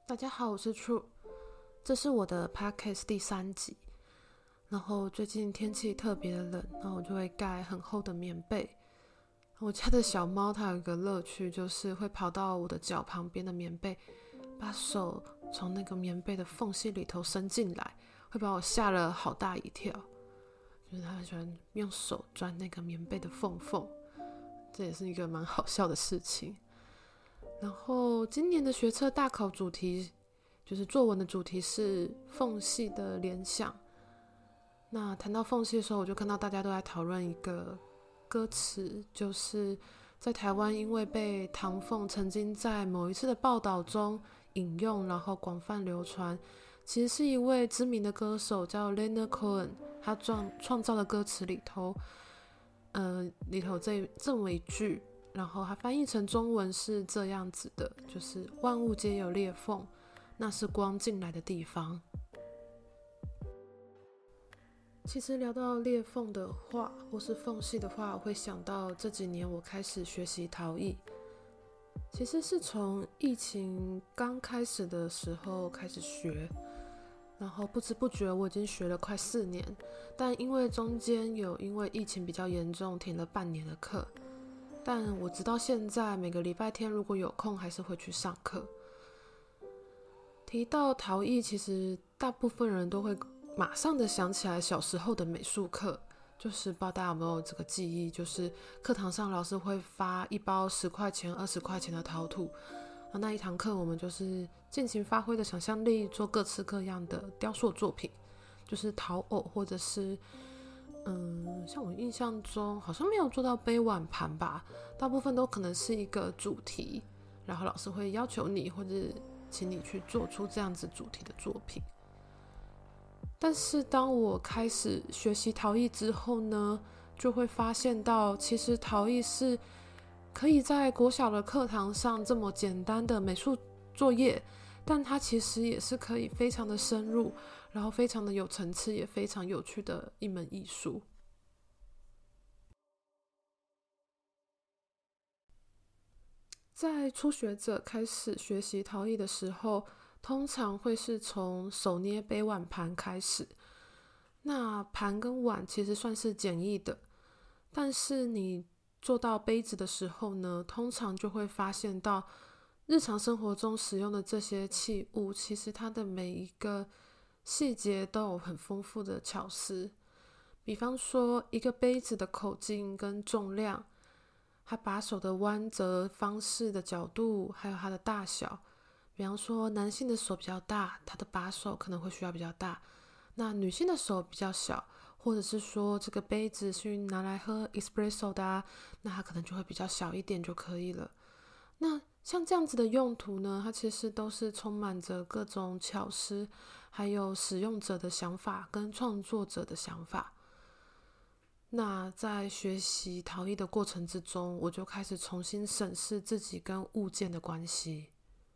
大家好，我是 True， 这是我的 Podcast 第3集。然后最近天气特别的冷，然后我就会盖很厚的棉被。我家的小猫它有一个乐趣，就是会跑到我的脚旁边的棉被，把手从那个棉被的缝隙里头伸进来，会把我吓了好大一跳。就是它很喜欢用手钻那个棉被的缝缝，这也是一个蛮好笑的事情。然后今年的学测大考主题就是作文的主题是缝隙的联想。那谈到缝隙的时候，我就看到大家都在讨论一个歌词，就是在台湾因为被唐凤曾经在某一次的报道中引用，然后广泛流传，其实是一位知名的歌手叫 Leonard Cohen， 他创造的歌词里头这么一句，然后它翻译成中文是这样子的，就是万物皆有裂缝，那是光进来的地方。其实聊到裂缝的话，或是缝隙的话，我会想到这几年我开始学习陶艺。其实是从疫情刚开始的时候开始学，然后不知不觉我已经学了快4年，但因为中间因为疫情比较严重停了半年的课，但我直到现在每个礼拜天如果有空还是会去上课。提到陶艺，其实大部分人都会马上的想起来小时候的美术课，就是不知道大家有没有这个记忆，就是课堂上老师会发一包10块钱、20块钱的陶土，那一堂课我们就是尽情发挥的想象力，做各式各样的雕塑作品，就是陶偶或者是像我印象中好像没有做到杯碗盘吧，大部分都可能是一个主题，然后老师会要求你或者请你去做出这样子主题的作品。但是当我开始学习陶艺之后呢，就会发现到其实陶艺是可以在国小的课堂上这么简单的美术作业，但它其实也是可以非常的深入，然后非常的有层次，也非常有趣的一门艺术。在初学者开始学习陶艺的时候，通常会是从手捏杯碗盘开始。那盘跟碗其实算是简易的，但是你做到杯子的时候呢，通常就会发现到日常生活中使用的这些器物，其实它的每一个细节都有很丰富的巧思。比方说一个杯子的口径跟重量，它把手的弯折方式的角度，还有它的大小。比方说男性的手比较大，他的把手可能会需要比较大，那女性的手比较小，或者是说这个杯子是拿来喝 espresso 的啊，那它可能就会比较小一点就可以了。那像这样子的用途呢，它其实都是充满着各种巧思，还有使用者的想法跟创作者的想法。那在学习陶艺的过程之中，我就开始重新审视自己跟物件的关系。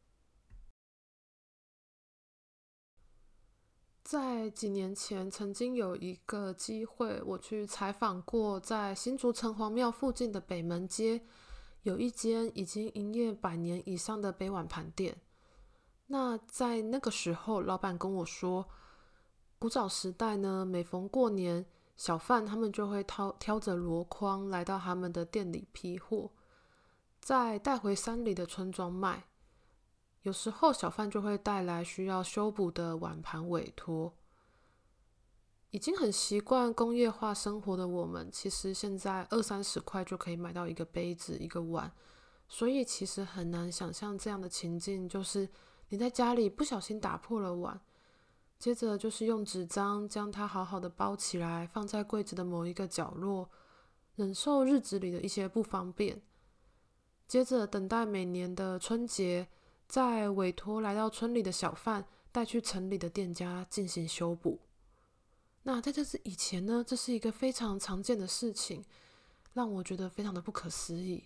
在几年前，曾经有一个机会，我去采访过在新竹城隍庙附近的北门街，有一间已经营业100年以上的杯碗盘店。那在那个时候，老板跟我说，古早时代呢，每逢过年，小贩他们就会挑着箩筐来到他们的店里批货，再带回山里的村庄卖。有时候小贩就会带来需要修补的碗盘委托。已经很习惯工业化生活的我们，其实现在20-30块就可以买到一个杯子一个碗，所以其实很难想象这样的情境，就是你在家里不小心打破了碗，接着就是用纸张将它好好的包起来，放在柜子的某一个角落，忍受日子里的一些不方便，接着等待每年的春节，再委托来到村里的小贩带去城里的店家进行修补。那在这之以前呢，这是一个非常常见的事情，让我觉得非常的不可思议。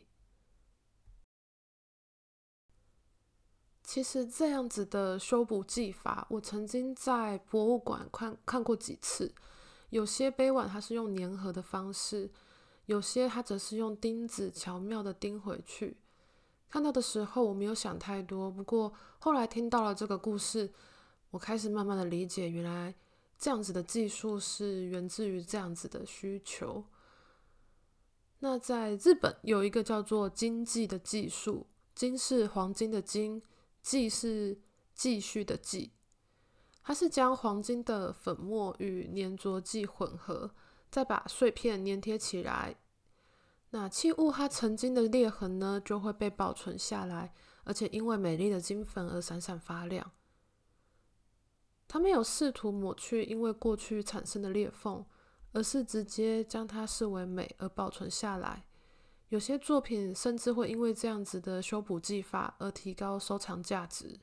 其实这样子的修补技法，我曾经在博物馆看过几次。有些杯碗它是用粘合的方式，有些它则是用钉子巧妙的钉回去。 看到的时候我没有想太多，不过后来听到了这个故事，我开始慢慢的理解，原来这样子的技术是源自于这样子的需求。那在日本有一个叫做金继的技术，金是黄金的金，继是继续的继，它是将黄金的粉末与粘着剂混合，再把碎片粘贴起来。那器物它曾经的裂痕呢，就会被保存下来，而且因为美丽的金粉而闪闪发亮。它没有试图抹去因为过去产生的裂缝，而是直接将它视为美而保存下来。有些作品甚至会因为这样子的修补技法而提高收藏价值。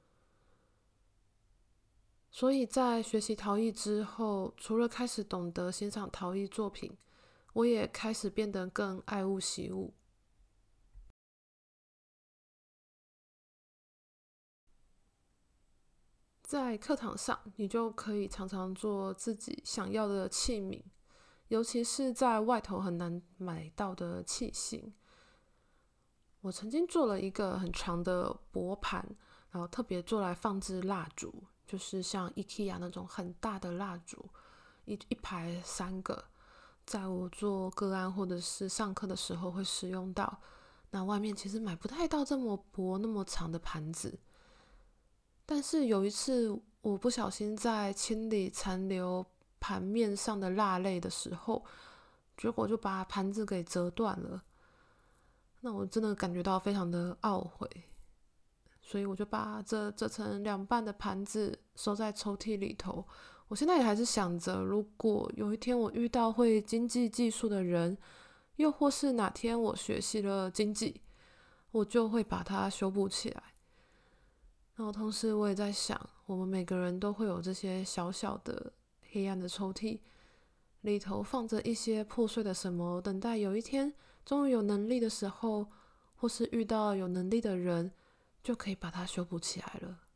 所以在学习陶艺之后，除了开始懂得欣赏陶艺作品，我也开始变得更爱物惜物。在课堂上，你就可以常常做自己想要的器皿，尤其是在外头很难买到的器型。我曾经做了一个很长的薄盘，然后特别做来放置蜡烛，就是像 IKEA 那种很大的蜡烛，一排3个，在我做个案或者是上课的时候会使用到。那外面其实买不太到这么薄那么长的盘子，但是有一次我不小心在清理残留盘面上的蜡类的时候，结果就把盘子给折断了。那我真的感觉到非常的懊悔，所以我就把这折成2半的盘子收在抽屉里头。我现在也还是想着，如果有一天我遇到会经济技术的人，又或是哪天我学习了经济，我就会把它修补起来。然后同时我也在想，我们每个人都会有这些小小的黑暗的抽屉，里头放着一些破碎的什么，等待有一天终于有能力的时候，或是遇到有能力的人，就可以把它修补起来了。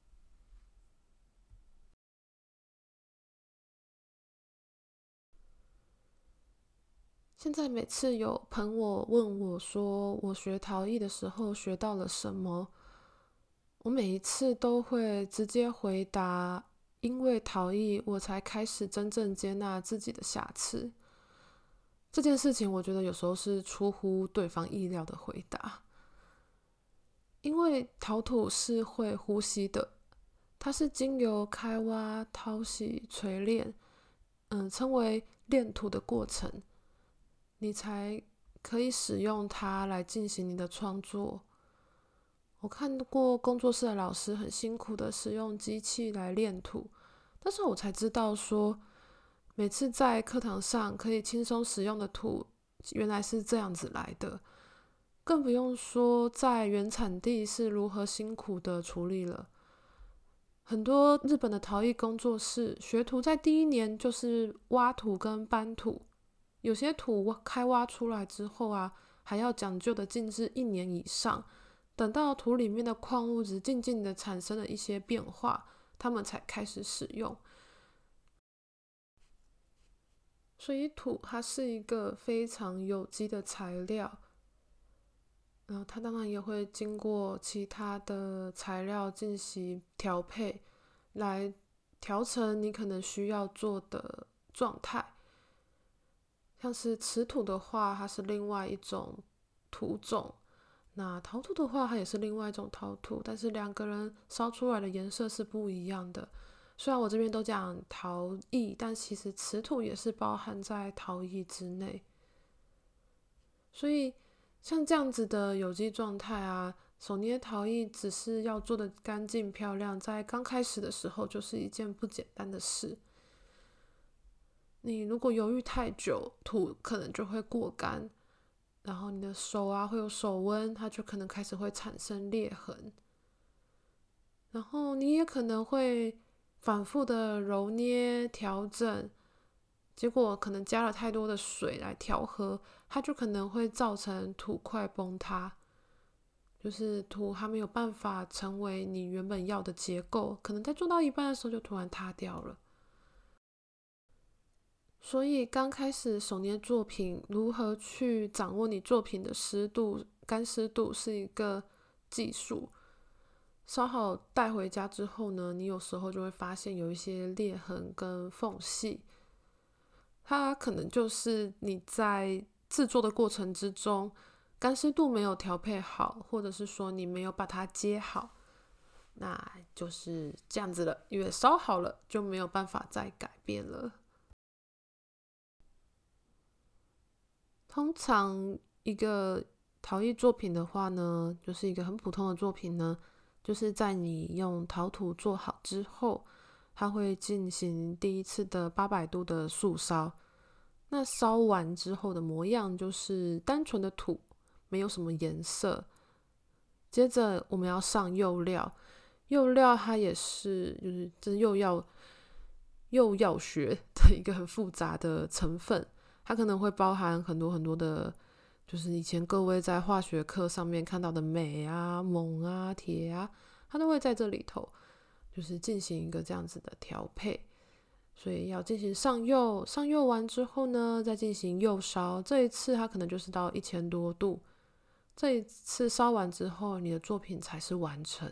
现在每次有朋友问我说我学陶艺的时候学到了什么，我每一次都会直接回答，因为陶艺我才开始真正接纳自己的瑕疵。这件事情我觉得有时候是出乎对方意料的回答，因为陶土是会呼吸的，它是经由开挖、淘洗、锤炼，称为炼土的过程，你才可以使用它来进行你的创作。我看过工作室的老师很辛苦的使用机器来炼土，但是我才知道说，每次在课堂上可以轻松使用的土，原来是这样子来的，更不用说在原产地是如何辛苦的处理了。很多日本的陶艺工作室，学徒在第1年就是挖土跟搬土，有些土开挖出来之后啊，还要讲究的静置1年以上，等到土里面的矿物质渐渐的产生了一些变化，他们才开始使用。所以土它是一个非常有机的材料，然后它当然也会经过其他的材料进行调配，来调成你可能需要做的状态。像是瓷土的话，它是另外一种土种，那陶土的话，它也是另外一种陶土，但是2个人烧出来的颜色是不一样的。虽然我这边都讲陶艺，但其实瓷土也是包含在陶艺之内。所以像这样子的有机状态啊，手捏陶艺只是要做的干净漂亮，在刚开始的时候就是一件不简单的事。你如果犹豫太久，土可能就会过干，然后你的手啊会有手温，它就可能开始会产生裂痕。然后你也可能会反复的揉捏调整，结果可能加了太多的水来调和，它就可能会造成土块崩塌，就是土它没有办法成为你原本要的结构，可能在做到一半的时候就突然塌掉了。所以刚开始手捏作品，如何去掌握你作品的湿度、干湿度，是一个技术，烧好带回家之后呢，你有时候就会发现有一些裂痕跟缝隙，它可能就是你在制作的过程之中干湿度没有调配好，或者是说你没有把它接好，那就是这样子了，因为烧好了就没有办法再改变了。通常一个陶艺作品的话呢，就是一个很普通的作品呢，就是在你用陶土做好之后，它会进行第一次的800度的速烧。那烧完之后的模样就是单纯的土，没有什么颜色。接着我们要上釉料，釉料它也是这釉药学的一个很复杂的成分，它可能会包含很多很多的，就是以前各位在化学课上面看到的镁啊、锰啊、铁啊，它都会在这里头，就是进行一个这样子的调配。所以要进行上釉，上釉完之后呢，再进行釉烧。这一次它可能就是到1000多度，这一次烧完之后，你的作品才是完成。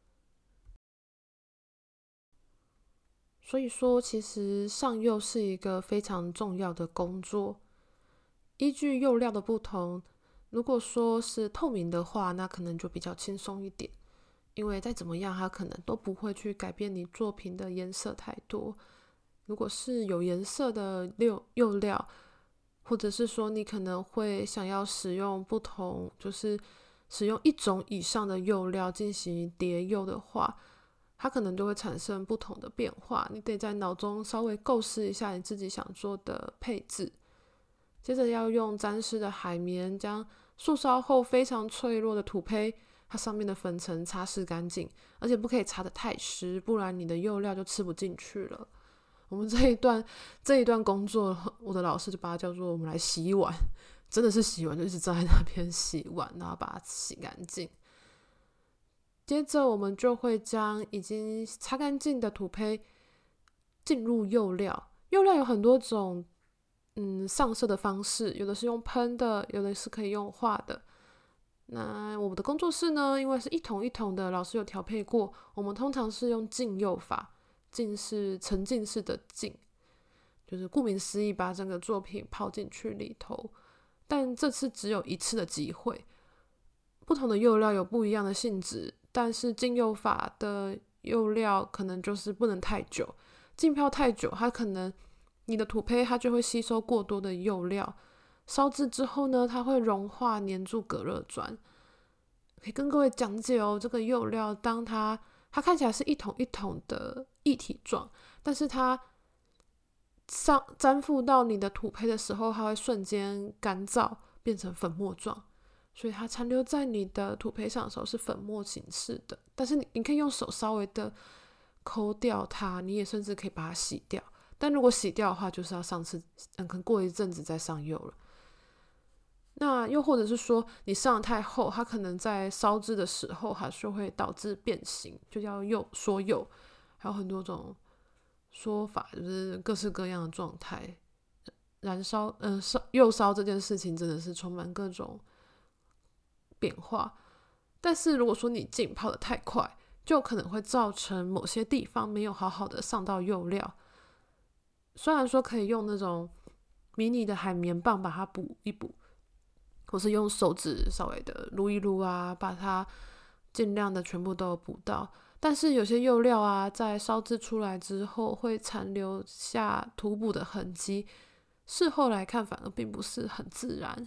所以说，其实上釉是一个非常重要的工作。依据釉料的不同，如果说是透明的话，那可能就比较轻松一点，因为再怎么样，它可能都不会去改变你作品的颜色太多。如果是有颜色的釉料，或者是说你可能会想要使用不同，就是使用一种以上的釉料进行叠釉的话，它可能就会产生不同的变化。你得在脑中稍微构思一下你自己想做的配置。接着要用沾湿的海绵将素烧后非常脆弱的土坯，它上面的粉尘擦拭干净，而且不可以擦得太湿，不然你的釉料就吃不进去了。我们这一段工作，我的老师就把它叫做我们来洗碗，真的是洗碗，就一直站在那边洗碗，然后把它洗干净。接着我们就会将已经擦干净的土坯进入釉料，釉料有很多种上色的方式，有的是用喷的，有的是可以用画的。那我们的工作室呢，因为是一桶一桶的，老师有调配过，我们通常是用浸釉法，浸是沉浸式的浸，就是顾名思义，把整个作品泡进去里头。但这次只有一次的机会，不同的釉料有不一样的性质，但是浸釉法的釉料可能就是不能太久，浸泡太久，它可能你的土坯它就会吸收过多的釉料，烧制之后呢，它会融化粘住隔热砖。可以跟各位讲解哦，这个釉料当它看起来是一桶一桶的液体状，但是它粘附到你的土坯的时候，它会瞬间干燥变成粉末状，所以它残留在你的土坯上的时候是粉末形式的。但是你可以用手稍微的抠掉它，你也甚至可以把它洗掉。但如果洗掉的话，就是要可能过一阵子再上釉了。那又或者是说你上得太厚，它可能在烧制的时候还是会导致变形，就叫缩釉，还有很多种说法，就是各式各样的状态。釉烧这件事情真的是充满各种变化。但是如果说你浸泡的太快，就可能会造成某些地方没有好好的上到釉料。虽然说可以用那种迷你的海绵棒把它补一补，或是用手指稍微的撸一撸啊，把它尽量的全部都有补到。但是有些釉料啊，在烧制出来之后会残留下涂补的痕迹，事后来看反而并不是很自然。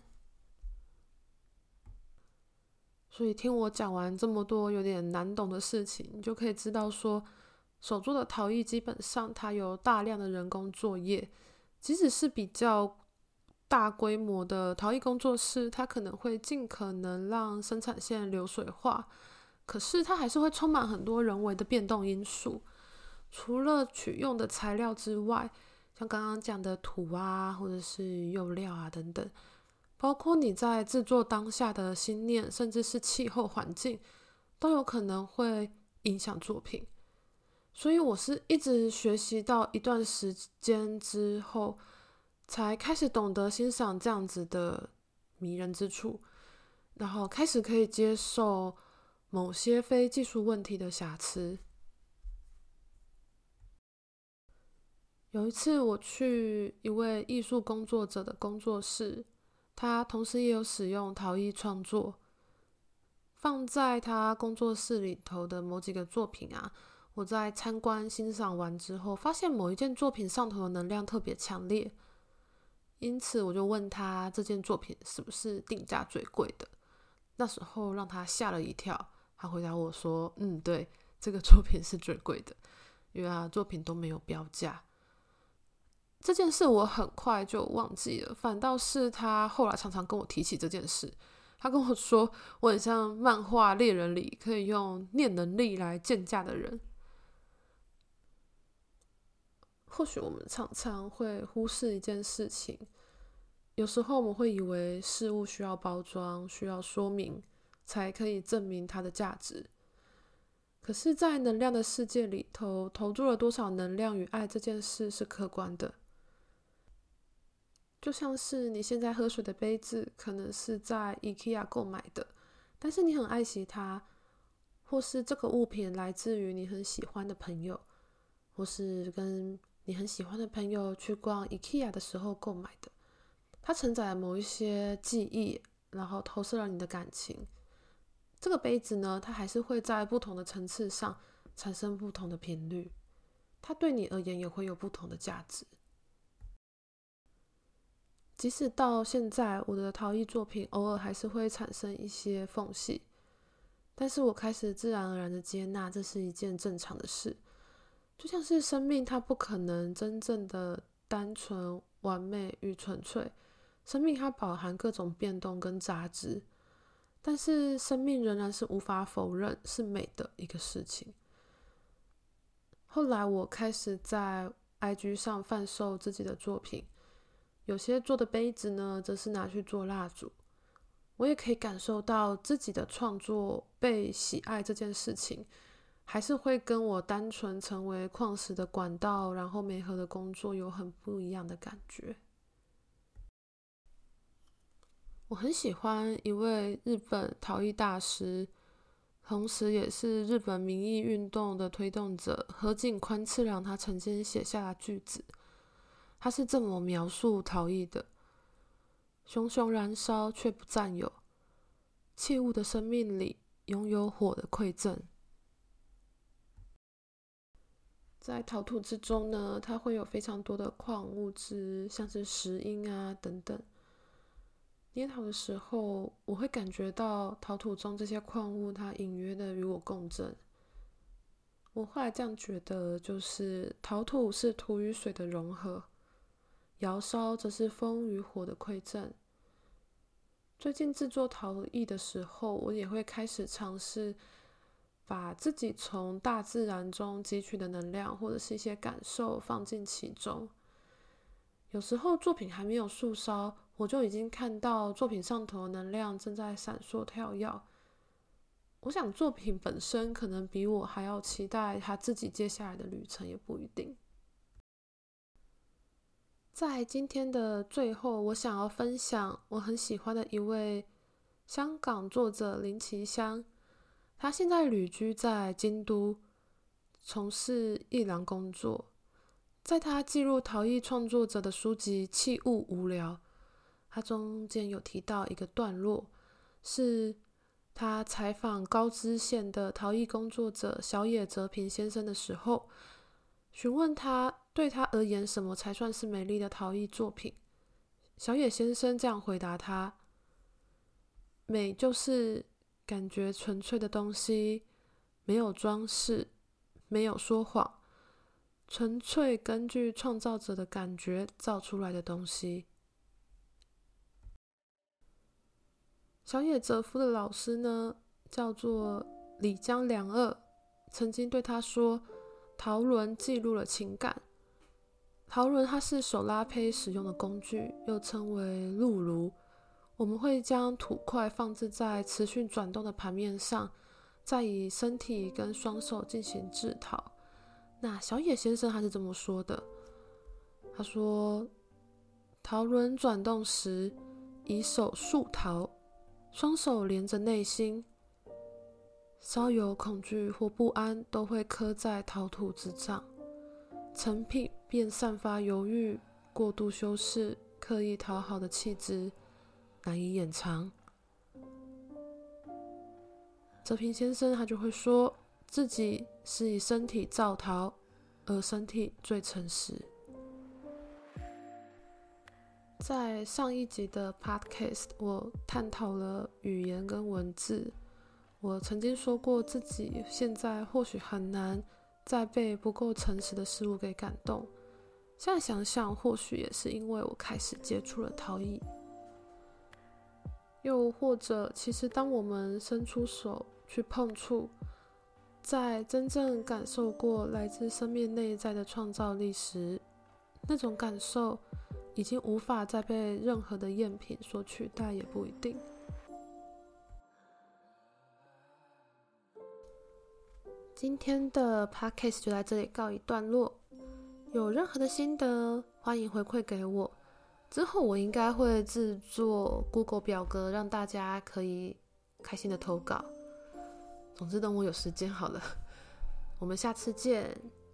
所以听我讲完这么多有点难懂的事情，你就可以知道说，手做的陶艺基本上它有大量的人工作业，即使是比较大规模的陶艺工作室，它可能会尽可能让生产线流水化，可是它还是会充满很多人为的变动因素。除了取用的材料之外，像刚刚讲的土啊，或者是釉料啊等等，包括你在制作当下的心念，甚至是气候环境，都有可能会影响作品。所以我是一直学习到一段时间之后，才开始懂得欣赏这样子的迷人之处，然后开始可以接受某些非技术问题的瑕疵。有一次我去一位艺术工作者的工作室，他同时也有使用陶艺创作，放在他工作室里头的某几个作品啊，我在参观欣赏完之后，发现某一件作品上头的能量特别强烈，因此我就问他这件作品是不是定价最贵的。那时候让他吓了一跳，他回答我说对，这个作品是最贵的，因为他作品都没有标价。这件事我很快就忘记了，反倒是他后来常常跟我提起这件事。他跟我说我很像漫画猎人里可以用念能力来鉴价的人。或许我们常常会忽视一件事情，有时候我们会以为事物需要包装，需要说明，才可以证明它的价值。可是在能量的世界里头，投入了多少能量与爱这件事是客观的。就像是你现在喝水的杯子可能是在 IKEA 购买的，但是你很爱惜它，或是这个物品来自于你很喜欢的朋友，或是跟你很喜欢的朋友去逛 IKEA 的时候购买的，它承载了某一些记忆，然后投射了你的感情。这个杯子呢，它还是会在不同的层次上产生不同的频率，它对你而言也会有不同的价值。即使到现在，我的陶艺作品偶尔还是会产生一些缝隙，但是我开始自然而然的接纳这是一件正常的事。就像是生命它不可能真正的单纯、完美与纯粹，生命它饱含各种变动跟杂质，但是生命仍然是无法否认是美的一个事情。后来我开始在 IG 上贩售自己的作品，有些做的杯子呢，则是拿去做蜡烛。我也可以感受到自己的创作被喜爱这件事情，还是会跟我单纯成为矿石的管道，然后媒合的工作有很不一样的感觉。我很喜欢一位日本陶艺大师，同时也是日本民意运动的推动者河井宽次郎，他曾经写下的句子，他是这么描述陶艺的：熊熊燃烧却不占有，器物的生命里拥有火的馈赠。在陶土之中呢，它会有非常多的矿物质，像是石英啊等等。捏陶的时候，我会感觉到陶土中这些矿物它隐约的与我共振。我后来这样觉得，就是陶土是土与水的融合，窑烧则是风与火的馈赠。最近制作陶艺的时候，我也会开始尝试把自己从大自然中汲取的能量或者是一些感受放进其中。有时候作品还没有素烧，我就已经看到作品上头的能量正在闪烁跳跃。我想作品本身可能比我还要期待他自己接下来的旅程，也不一定。在今天的最后，我想要分享我很喜欢的一位香港作者林其香，他现在旅居在京都，从事艺廊工作。在他记录陶艺创作者的书籍《器物无聊》，他中间有提到一个段落，是他采访高知县的陶艺工作者小野哲平先生的时候，询问他对他而言什么才算是美丽的陶艺作品。小野先生这样回答他：美就是感觉纯粹的东西，没有装饰，没有说谎，纯粹根据创造者的感觉造出来的东西。小野哲夫的老师呢，叫做李江良二，曾经对他说，陶轮记录了情感。陶轮它是手拉胚使用的工具，又称为露炉。我们会将土块放置在持续转动的盘面上，再以身体跟双手进行制陶。那小野先生他是这么说的，他说，陶轮转动时，以手束陶，双手连着内心， 稍有恐惧或不安都会刻在陶土之上，成品便散发犹豫、过度修饰、刻意讨好的气质，难以掩藏。哲平先生他就会说自己是以身体造陶，而身体最诚实。在上一集的 podcast 我探讨了语言跟文字，我曾经说过自己现在或许很难再被不够诚实的事物给感动，现在想想或许也是因为我开始接触了陶艺。又或者其实当我们伸出手去碰触，在真正感受过来自生命内在的创造力时，那种感受已经无法再被任何的赝品所取代，也不一定。今天的 podcast 就在这里告一段落，有任何的心得欢迎回馈给我，之后我应该会制作 Google 表格让大家可以开心的投稿。总之等我有时间好了，我们下次见。